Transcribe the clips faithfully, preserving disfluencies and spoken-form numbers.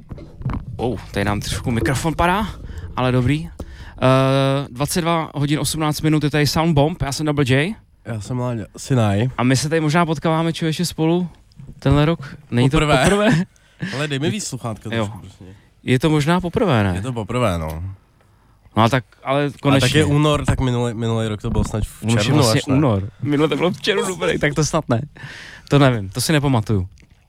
Oh, tady nám trošku mikrofon padá, ale dobrý. Uh, dvacet dva hodin osmnáct minut, je tady Sound Bomb, já jsem Double J. Já jsem Láďa, Sinaj. A my se tady možná potkáváme člověče spolu tenhle rok. Není poprvé. to poprvé? Ale dej mi víc sluchátka. Jo. Je to možná poprvé, ne? Je to poprvé, no. No ale tak, ale konečně. A tak je únor, tak minulý, minulý rok to bylo snad v červnu, vlastně až ne? únor. Minule to bylo v červnu, tak to snad ne. To nevím, to si nepamatuju. Uh,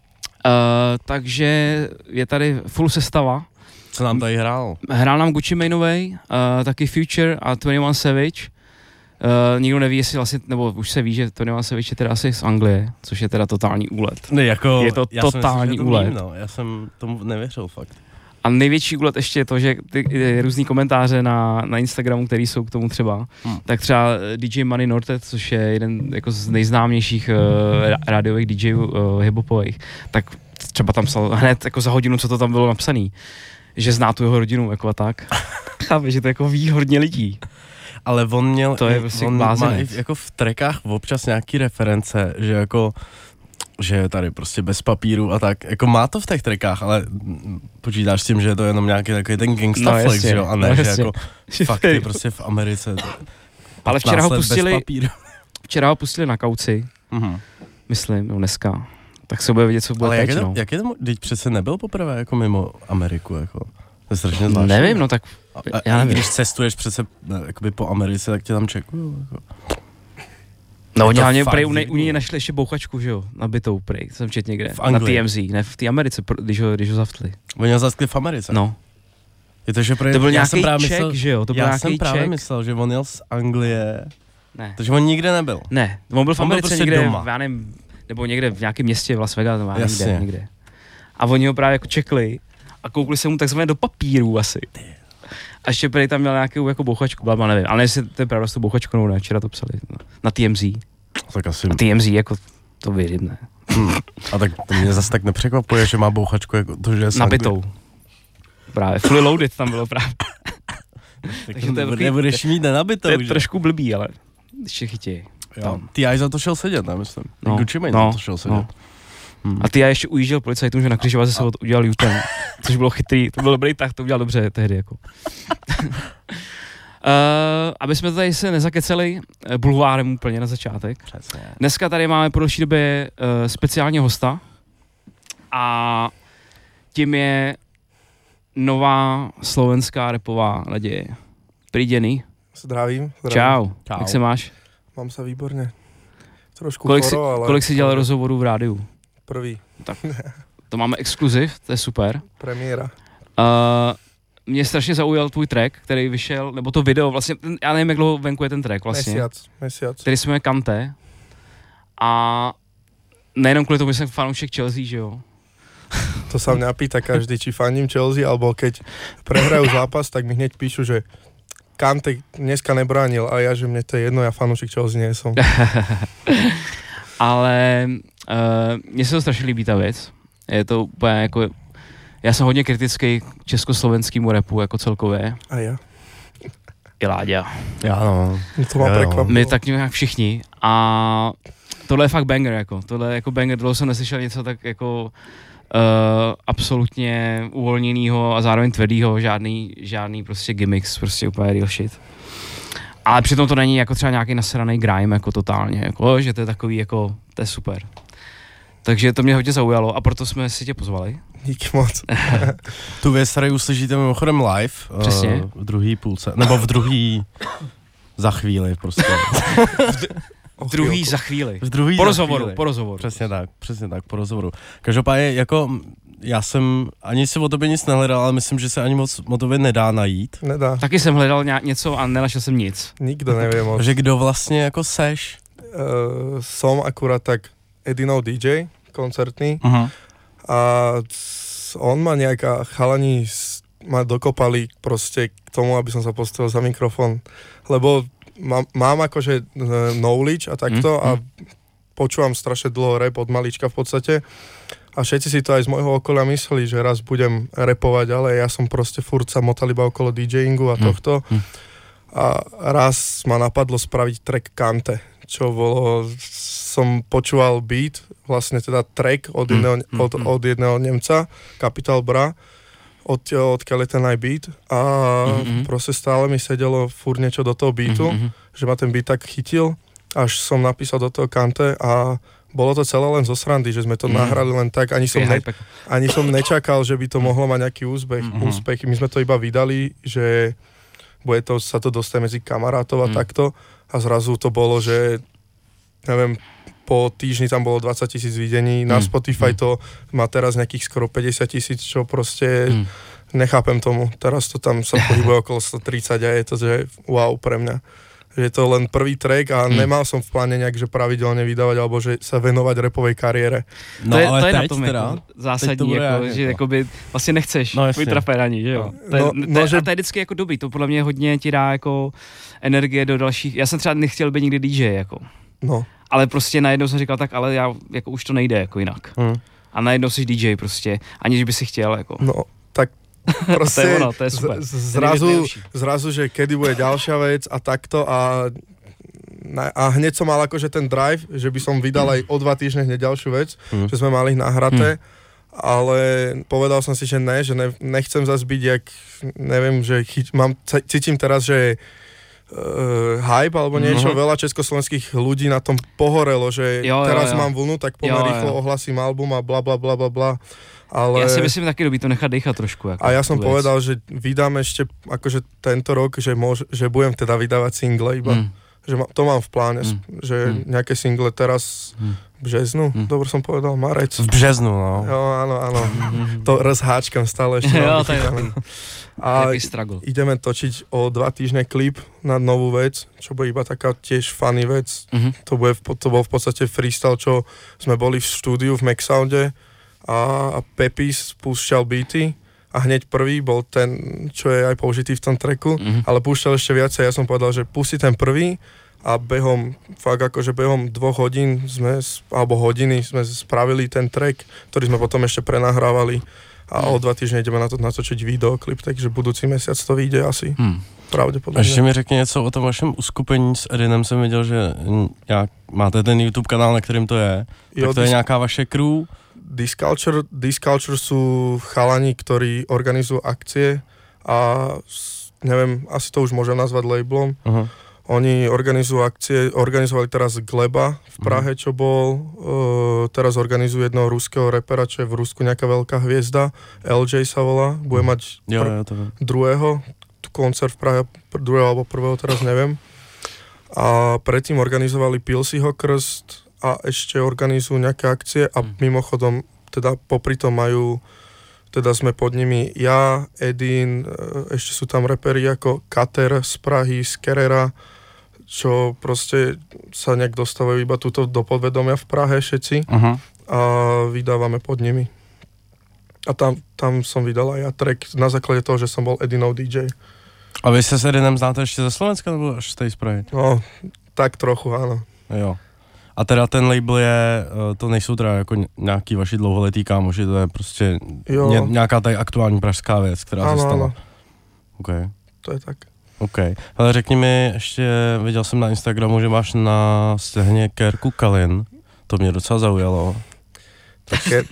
takže je tady full sestava. Co nám tady hrál? Hrál nám Gucci Maneovej, uh, taky Future a dvacet jedna Savage. Uh, nikdo neví, jestli vlastně, nebo už se ví, že dvacet jedna Savage je teda asi z Anglie, což je teda totální úlet. Ne, jako, je to já totální myslím, úlet. Vím, no. Já jsem tomu nevěřil fakt. A největší úlet ještě je to, že ty, ty různý komentáře na, na Instagramu, který jsou k tomu třeba, hmm. tak třeba D J Money Norted, což je jeden jako z nejznámějších uh, rádiových DJů uh, hiphopových, tak třeba tam psal hned jako za hodinu, co to tam bylo napsaný, že zná tu jeho rodinu, jako a tak. Chápe, že to jako ví hodně lidí. Ale on měl, to je prostě on má i jako v trackách občas nějaký reference, že jako že je tady prostě bez papíru a tak, jako má to v těch trackách, ale počítáš s tím, že je to jenom nějaký takový ten gangsta no, flex, jo, a ne, no, že jako fakt je prostě v Americe. Ale včera ho pustili, včera ho pustili na kauci, mm-hmm. myslím, no dneska, tak se bude vidět, co bude ale teď, jak je to, no. jak je to, teď přece nebyl poprvé jako mimo Ameriku, jako, to je strašně zvláštní. Nevím, no tak, a, a, já nevím. Když cestuješ přece jakoby po Americe, tak tě tam čekuju, jako. No oni hlavně prej u, u něj našli ještě bouchačku, že jo, nabitou prej, jsem čet někde, na T M Z, ne v té Americe, když ho, když ho zaftli. Oni ho zaftli v Americe? No. Je to, že prej, to byl nějaký Czech, myslel, že jo, to byl já nějaký jsem právě Czech. myslel, že on jel z Anglie, ne. takže on nikde nebyl. Ne, on byl v Americe prostě někde, doma. já nevím, nebo někde v nějakém městě v Las Vegas, nebo někde, někde. A oni ho právě jako čekli a koukli se mu takzvaně do papíru asi. A ještě prej tam měl nějakou jako bouchačku, blabla, nevím, ale jestli to je pravda s tou bouchačkou, nebo ne, včera to psali, na T M Z. Tak asi... A T M Z jako to věřím, ne. Hmm. A tak to mě zase tak nepřekvapuje, že má bouchačku jako to, že je nabitou. Právě, fully loaded tam bylo právě. Takže to je vrchý, nebudeš mít nenabitou, to je že? trošku blbý, ale ještě chytěj. T I za to šel sedět, ne, myslím. No, Gucci Mane no, za to šel sedět. No. Hmm. A T I ještě ujížděl policajtům, že na křižovatce se udělal U-turn, což bylo chytrý, to byl dobrý tah, to udělal dobře tehdy, jako. Uh, aby jsme tady se nezakeceli uh, bulvárem úplně na začátek. Přesně. Dneska tady máme po delší době uh, speciálního hosta a tím je nová slovenská rapová naděje. Priděný. Zdravím. zdravím. Čau. Čau. Jak se máš? Mám se výborně. Trošku kolik choro, si, ale... Kolik jsi dělal rozhovorů v rádiu? Prvý. Tak, to máme exkluziv, to je super. Premiéra. Uh, Mě strašně zaujal tvůj track, který vyšel, nebo to video, vlastně, ten, já nevím, jak dlouho venku je ten track vlastně. Mesiac, mesiac. Který se jmenuje Kante. A nejenom kvůli tomu, že jsem fanoušek Chelsea, že jo? To sa mňa pýta každý, či faním Chelsea, alebo keď prehrajú zápas, tak mi hneď píšu, že Kante dneska nebránil a ja, že mne to je jedno, ja fanoušek Chelsea nie som. Ale uh, mně se to strašně líbí ta věc. Je to úplně jako... Já jsem hodně kritický k československému rapu jako celkově. A já? I Láďa. Já no. To má překvapilo. My tak nějak všichni. A tohle je fakt banger, jako. Tohle je jako banger, dlouho jsem neslyšel něco tak jako uh, absolutně uvolněnýho a zároveň tvrdýho, žádný, žádný prostě gimmicks, prostě úplně real shit. Ale přitom to není jako třeba nějaký nasraný grime, jako totálně, jako, že to je takový jako, to je super. Takže to mě hodně zaujalo a proto jsme si tě pozvali. Díky moc. Tu věc tady uslyšíte mimochodem live. Přesně. Uh, v druhý půlce, nebo v druhý za chvíli prostě. v druhý za chvíli. V druhý po za rozhovoru, chvíli. po rozhovoru. Přesně tak, přesně tak, po rozhovoru. Každopádně jako já jsem ani si o tobě nic nehledal, ale myslím, že se ani moc o tobě nedá najít. Nedá. Taky jsem hledal něco a nenašel jsem nic. Nikdo nevie moc. Takže kdo vlastně jako seš? Uh, som akurát tak Edinov D J, koncertný. Uh-huh. A on ma nejaká chalani ma dokopali proste k tomu, aby som sa postavil za mikrofón. Lebo mám, mám akože knowledge a takto mm, a mm. počúvam strašne dlho rap od malička v podstate. A všetci si to aj z môjho okolia mysleli, že raz budem rapovať, ale ja som proste furt sa motal iba okolo DJingu a tohto. Mm, mm. A raz ma napadlo spraviť track Kante, čo bolo, som počúval beat, vlastne teda track od jedného, mm, od, od jedného Nemca, Capital Bra, od, odkiaľ je ten aj beat a mm-hmm. proste stále mi sedelo furt niečo do toho beatu, mm-hmm. že ma ten beat tak chytil, až som napísal do toho Kante a bolo to celé len zo srandy, že sme to mm. nahrali len tak, ani som, ne, ani som nečakal, že by to mohlo mať nejaký úspech. Mm-hmm. úspech. My sme to iba vydali, že bude to, sa to dostane medzi kamarátov a mm. takto a zrazu to bolo, že neviem, po týždni tam bolo dvadsať tisíc videní, na mm. Spotify mm. to má teraz nejakých skoro päťdesiat tisíc, čo proste mm. nechápem tomu. Teraz to tam sa pohybuje okolo sto tridsať a je to, že wow pre mňa. Že je to len prvý track a mm. nemal som v pláne nejak, že pravidelne vydávať alebo že sa venovať rapovej kariére. No, to je, ale to je na tom teda, jako zásadní, jako, že jakoby vlastně nechceš no, být raper ani, že jo. To je, no, to je, no, že... A to je vždycky jako dobrý, to podle mě hodně ti dá jako energie do dalších, já jsem třeba nechtěl být nikdy dý džej, jako. No. Ale prostě najednou jsem říkal tak, ale já, jako už to nejde jako jinak. Mm. A najednou jsi dý džej prostě, aniž by si chtěl, jako. No, tak proste to je ono, to je super. Z, zrazu, zrazu, že kedy bude ďalšia vec a takto a, a hneď som mal akože ten drive, že by som vydal aj o dva týždne hneď ďalšiu vec, mm. že sme mali nahraté, mm. ale povedal som si, že ne, že ne, nechcem zase byť, jak, neviem, že chyť, mám, cítim teraz, že uh, hype alebo niečo, mm-hmm. veľa československých ľudí na tom pohorelo, že jo, teraz jo, jo. mám vlnu, tak poďme rýchlo ohlasím album a bla bla bla bla bla. Ale... Ja si myslím taky dobrý to nechať dýchať trošku. Ako a ja som vec. povedal, že vydám ešte akože tento rok, že, môž, že budem teda vydávať single iba. Mm. Že ma, to mám v pláne, mm. že mm. nejaké single teraz mm. v březnu, mm. dobre som povedal, marec. V březnu, no. Jo, áno, áno. Mm. To rozháčkam stále ešte. Jo, to je a ideme točiť o dva týždne klip na novú vec, čo bude iba taká tiež funny vec. Mm-hmm. To, bude, to bol v podstate freestyle, čo sme boli v štúdiu v Maxsounde a Pepis púšťal beaty a hneď prvý bol ten, čo je aj použitý v tom tracku, mm-hmm. ale púšťal ešte viacej. Ja som povedal, že pustí ten prvý a behom, fakt akože behom dvoch hodín sme, alebo hodiny sme spravili ten track, ktorý sme potom ešte prenahrávali a o dva týždne ideme na to natočiť videoklip, takže budúci mesiac to vyjde asi. Hmm. Pravděpodobně. Ještě mi řekni něco o tom vašem uskupení s Edinem, jsem viděl, že nějak, máte ten YouTube kanál, na kterým to je, jo, tak to je dis- nějaká vaše crew? Disculture, Disculture sú chalani, ktorí organizujú akcie a neviem, asi to už môžem nazvať labelom. Uh-huh. Oni organizujú akcie, organizovali teraz Gleba v Prahe, čo bol, uh, teraz organizujú jednoho ruského repera, čo je v Rusku nejaká veľká hviezda, el jé sa volá, bude mať pr- jo, ja to druhého koncert v Prahe, druhého alebo prvého, teraz neviem. A predtým organizovali Pilsiho krst a ešte organizujú nejaké akcie a mimochodom, teda popri tom majú, teda sme pod nimi ja, Edin, ešte sú tam reperi ako Kater z Prahy, z Kerera, čo proste sa nejak dostávajú iba túto do podvedomia v Prahe všetci uh-huh. a vydávame pod nimi. A tam, tam som vydal aj ja track na základe toho, že som bol Edinov dý džej. A vy sa s Edinem znáte ešte ze Slovenska, nebo až z tej Prahy? No, tak trochu, áno. Jo. A teda ten label je, to nejsou teda jako nějaký vaši dlouholetý kámoši, to je prostě ně, nějaká tady aktuální pražská věc, která ano, se stala. Ano. Okay. To je tak. OK. Ale řekni mi, ještě viděl jsem na Instagramu, že máš na stehně kérku Kalin. To mě docela zaujalo. Tak je...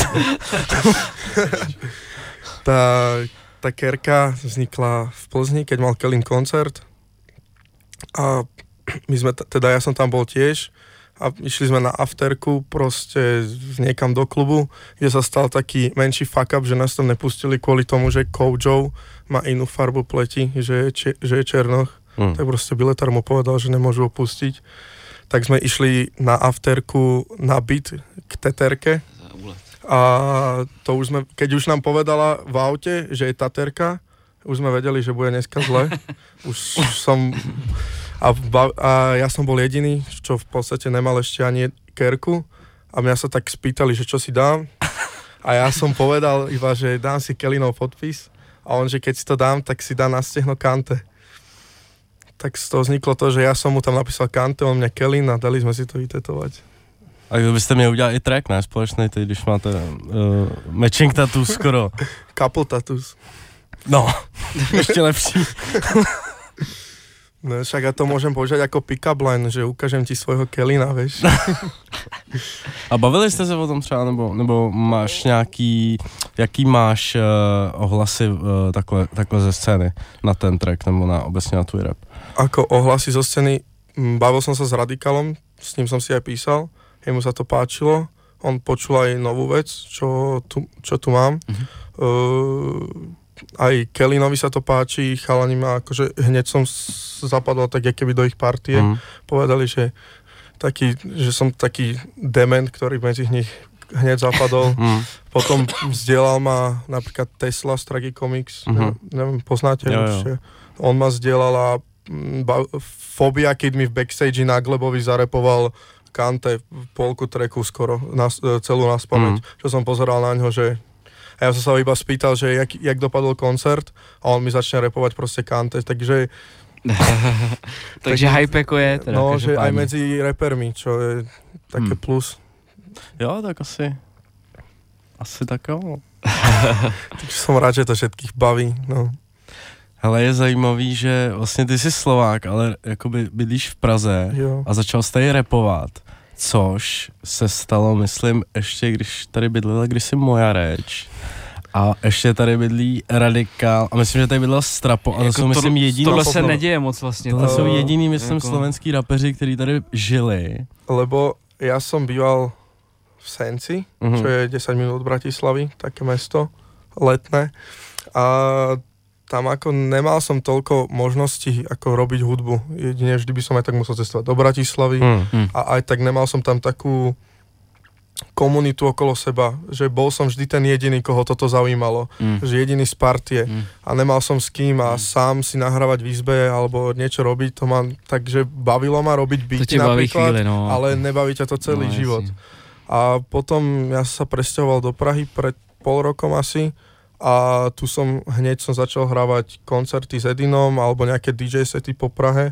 tá, tá kérka vznikla v Plzni, keď mal Kalin koncert. A my sme, t- teda ja som tam bol tiež. A išli sme na afterku proste niekam do klubu, kde sa stal taký menší fuck up, že nás tam nepustili kvôli tomu, že Kojo má inú farbu pleti, že je, či, že je černoch. Mm. Tak proste biletár mu povedal, že nemôžu ho pustiť. Tak sme išli na afterku na byt k teterke. A to už sme, keď už nám povedala v aute, že je taterka, už sme vedeli, že bude dneska zle. Už, už som... A, a ja som bol jediný, čo v podstate nemal ešte ani kerku a mňa sa tak spýtali, že čo si dám a ja som povedal iba, že dám si Kelinov podpis a on, že keď si to dám, tak si dá na stehno Kante. Tak z toho vzniklo to, že ja som mu tam napísal Kante, on mňa Kelin a dali sme si to vytetovať. A byste měli udělat i track, ne? Společný, teď, když máte uh, matching tattoo skoro. Couple tattoos. No, ještě lepší. No však ja to môžem používať ako pick-up line, že ukážem ti svojho Kellyna, vieš. A bavili jste se o tom třeba, nebo, nebo máš nějaký, jaký máš uh, ohlasy uh, takhle, takhle ze scény na ten track, nebo na obecně na tvůj rap? Ako ohlasy zo scény, bavil som sa s Radikalom, s ním som si aj písal, jemu sa to páčilo, on počul aj novú vec, čo tu, čo tu mám. Mm-hmm. Uh, aj Kellynovi sa to páči, chalani ma, akože hneď som zapadol tak, keby do ich partie. Mm. Povedali, že, taký, že som taký dement, ktorý medzi nich hneď zapadol. Mm. Potom zdieľal ma napríklad Tesla z Tragicomics, mm-hmm. neviem, neviem, poznáte jo, určite. On ma zdieľal a Fobia Kid mi v backstage na Glebovi zarepoval Kante polku tracku skoro, na, celú naspamäť. Mm. Čo som pozeral na ňo, že a ja som sa ho iba spýtal, že jak, jak dopadol koncert a on mi začne repovať proste Kante, takže... takže hype je teda. No, že aj medzi repermi, čo je také hmm. plus. Jo, tak asi... Asi tak jo. Takže som rád, že to všetkých baví, no. Hele, je zajímavý, že vlastně ty jsi Slovák, ale jakoby bydlíš v Praze jo. A začal jsi tady rapovat. Což se stalo, myslím, ještě když tady bydlela kdysi moja reč. A ještě tady bydlí Radikál. A myslím, že tady bydlela Strapo. A to jako jsou, to, myslím, jediný... Tohle se neděje moc vlastně. Tohle to jsou jediný, myslím, jako... slovenský rapeři, kteří tady žili. Lebo ja som býval v Senci, uh-huh. čo je desať minút od Bratislavy, také mesto, letné. A tam ako nemal som toľko možností, ako robiť hudbu. Jedine vždy by som aj tak musel cestovať do Bratislavy mm. a aj tak nemal som tam takú komunitu okolo seba, že bol som vždy ten jediný, koho toto zaujímalo, mm. že jediný z partie mm. a nemal som s kým a mm. sám si nahrávať v izbe alebo niečo robiť, to ma, takže bavilo ma robiť beaty napríklad, chvíle, no. ale nebaví ťa to celý no, život. Jasne. A potom ja sa presťahoval do Prahy pred pol rokom asi a tu som, hneď som začal hrávať koncerty s Edinom alebo nejaké dý džej sety po Prahe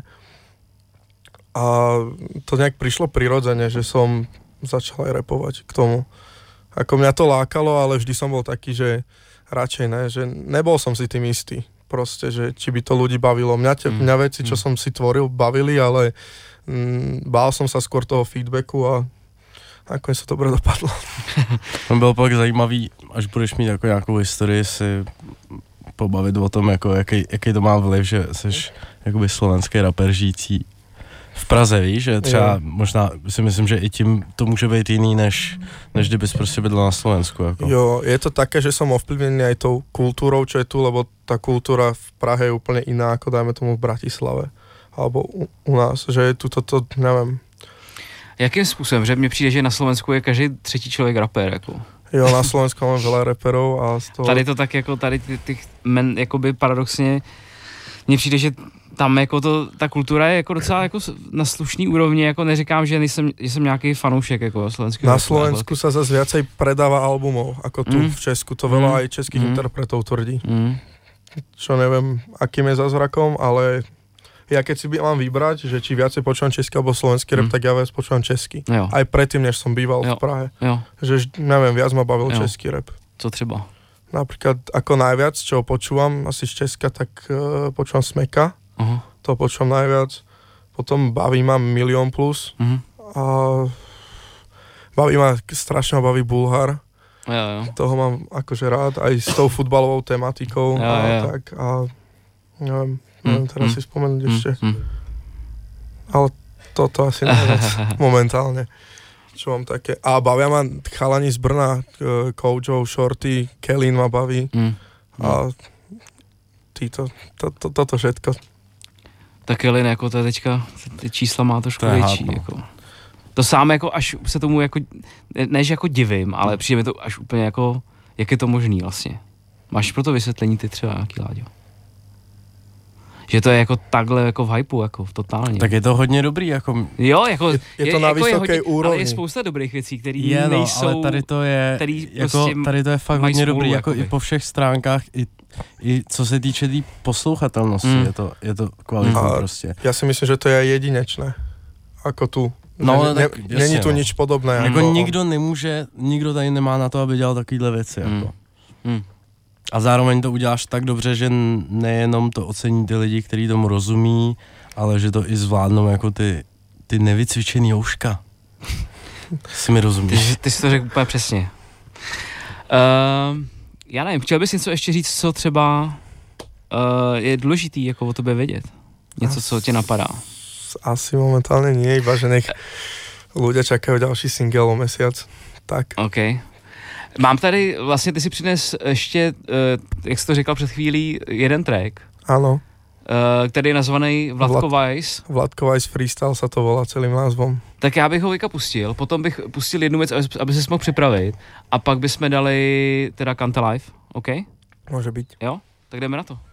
a to nejak prišlo prirodzene, že som začal aj repovať k tomu. Ako mňa to lákalo, ale vždy som bol taký, že radšej ne, že nebol som si tým istý. Proste, že či by to ľudí bavilo. Mňa, te, mňa veci, čo som si tvoril, bavili, ale mm, bál som sa skôr toho feedbacku a nakonec to dobre dopadlo. To bylo pak zajímavý, až budeš mít jako nějakou historii, si pobavit o tom, jako, jaký, jaký to má vliv, že jsi jakoby slovenský rapper žijící v Praze, víš, že třeba jo. možná si myslím, že i tím to může být jiný, než, než kdybys prostě bydlel na Slovensku. Jako. Jo, je to také, že som ovplyvnený aj tou kultúrou, čo je tu, lebo tá kultúra v Prahe je úplne iná, ako dajme tomu v Bratislave, alebo u, u nás, že je tu toto, neviem. Jakým způsobem? Že mně přijde, že na Slovensku je každý třetí člověk rapper, jako. Jo, na Slovensku máme veľa reperov a z toho... Tady to tak jako, tady ty, ty men, jakoby paradoxně, mně přijde, že tam jako to, ta kultura je jako docela jako na slušný úrovni, jako neříkám, že nejsem, že jsem nějaký fanoušek jako slovenský. Na Slovensku sa zase viacej predáva albumov, ako tu mm. v Česku, to veľa mm. aj českých mm. interpretov tvrdí. Mm. Čo neviem, akým je zázrakom, ale ja keď si mám vybrať, že či viacej počúvam český alebo slovenský rap, mm. tak ja viac počúvam český. Jo. Aj predtým, než som býval jo. v Prahe. Jo. Že neviem, viac ma bavil jo. český rap. Co třeba? Napríklad ako najviac, čo počúvam asi z Česka, tak uh, počúvam Smeka. Uh-huh. To počúvam najviac. Potom baví ma Milión plus. Uh-huh. A baví ma, strašne ma baví Bulhar. Jo, jo. Toho mám akože rád, aj s tou futbalovou tematikou. Jo, a jo. tak. A neviem, neviem teraz mm. si spomenúť mm. ešte. Mm. Ale toto asi najviac momentálne. Čo mám také. A bavia ma chalani z Brna, Kojo, Shorty, Kellyn ma baví. Mm. A títo, to, to, toto všetko. Tak Kellyn jako to teďka, ty čísla má trošku větší. Jako. To sám jako až se tomu jako, než jako divím, ale přijde mi to až úplně jako, jak je to možný vlastně. Máš pro to vysvětlení ty třeba nějaký, Láďo? Že to je jako takhle jako v hypeu, jako totálně. Tak je to hodně dobrý, jako... Jo, jako... Je, je to na jako vysoké úrovni. Ale je spousta dobrých věcí, které je, no, nejsou... ale tady to je, jako, prostě tady to je fakt hodně spolu, dobrý, jako i po všech stránkách, i, i co se týče té tý poslouchatelnosti, mm. je to, je to kvalitní mm. prostě. Já si myslím, že to je jedinečné, jako tu. No, ne, tak, ne, není tu no. nič podobné. Jako, jako nikdo nemůže, nikdo tady nemá na to, aby dělal takovýhle věci, jako. Mm. Mm. A zároveň to uděláš tak dobře, že nejenom to ocení ty lidi, kteří tomu rozumí, ale že to i zvládnou jako ty, ty nevycvičený ouška. Si mi rozumíš. Ty, ty jsi to řekl úplně přesně. Uh, já nevím, chtěl bys něco ještě říct, co třeba uh, je důležitý jako o tobě vědět? Něco, co tě napadá? Asi momentálně nie, iba že nech ľudia čakajú ďalší single o mesiac. Tak. OK. Mám tady, vlastně ty si přines ještě, uh, jak jsi to říkal před chvílí, jeden track. Áno. Uh, který je nazvaný Vladko Weiss. Vladko Weiss Freestyle sa to volá celým názvom. Tak já bych ho Vika pustil, potom bych pustil jednu věc, aby, aby se mohl připravit a pak bychom dali teda Kanta Live, OK? Může být. Jo? Tak jdeme na to.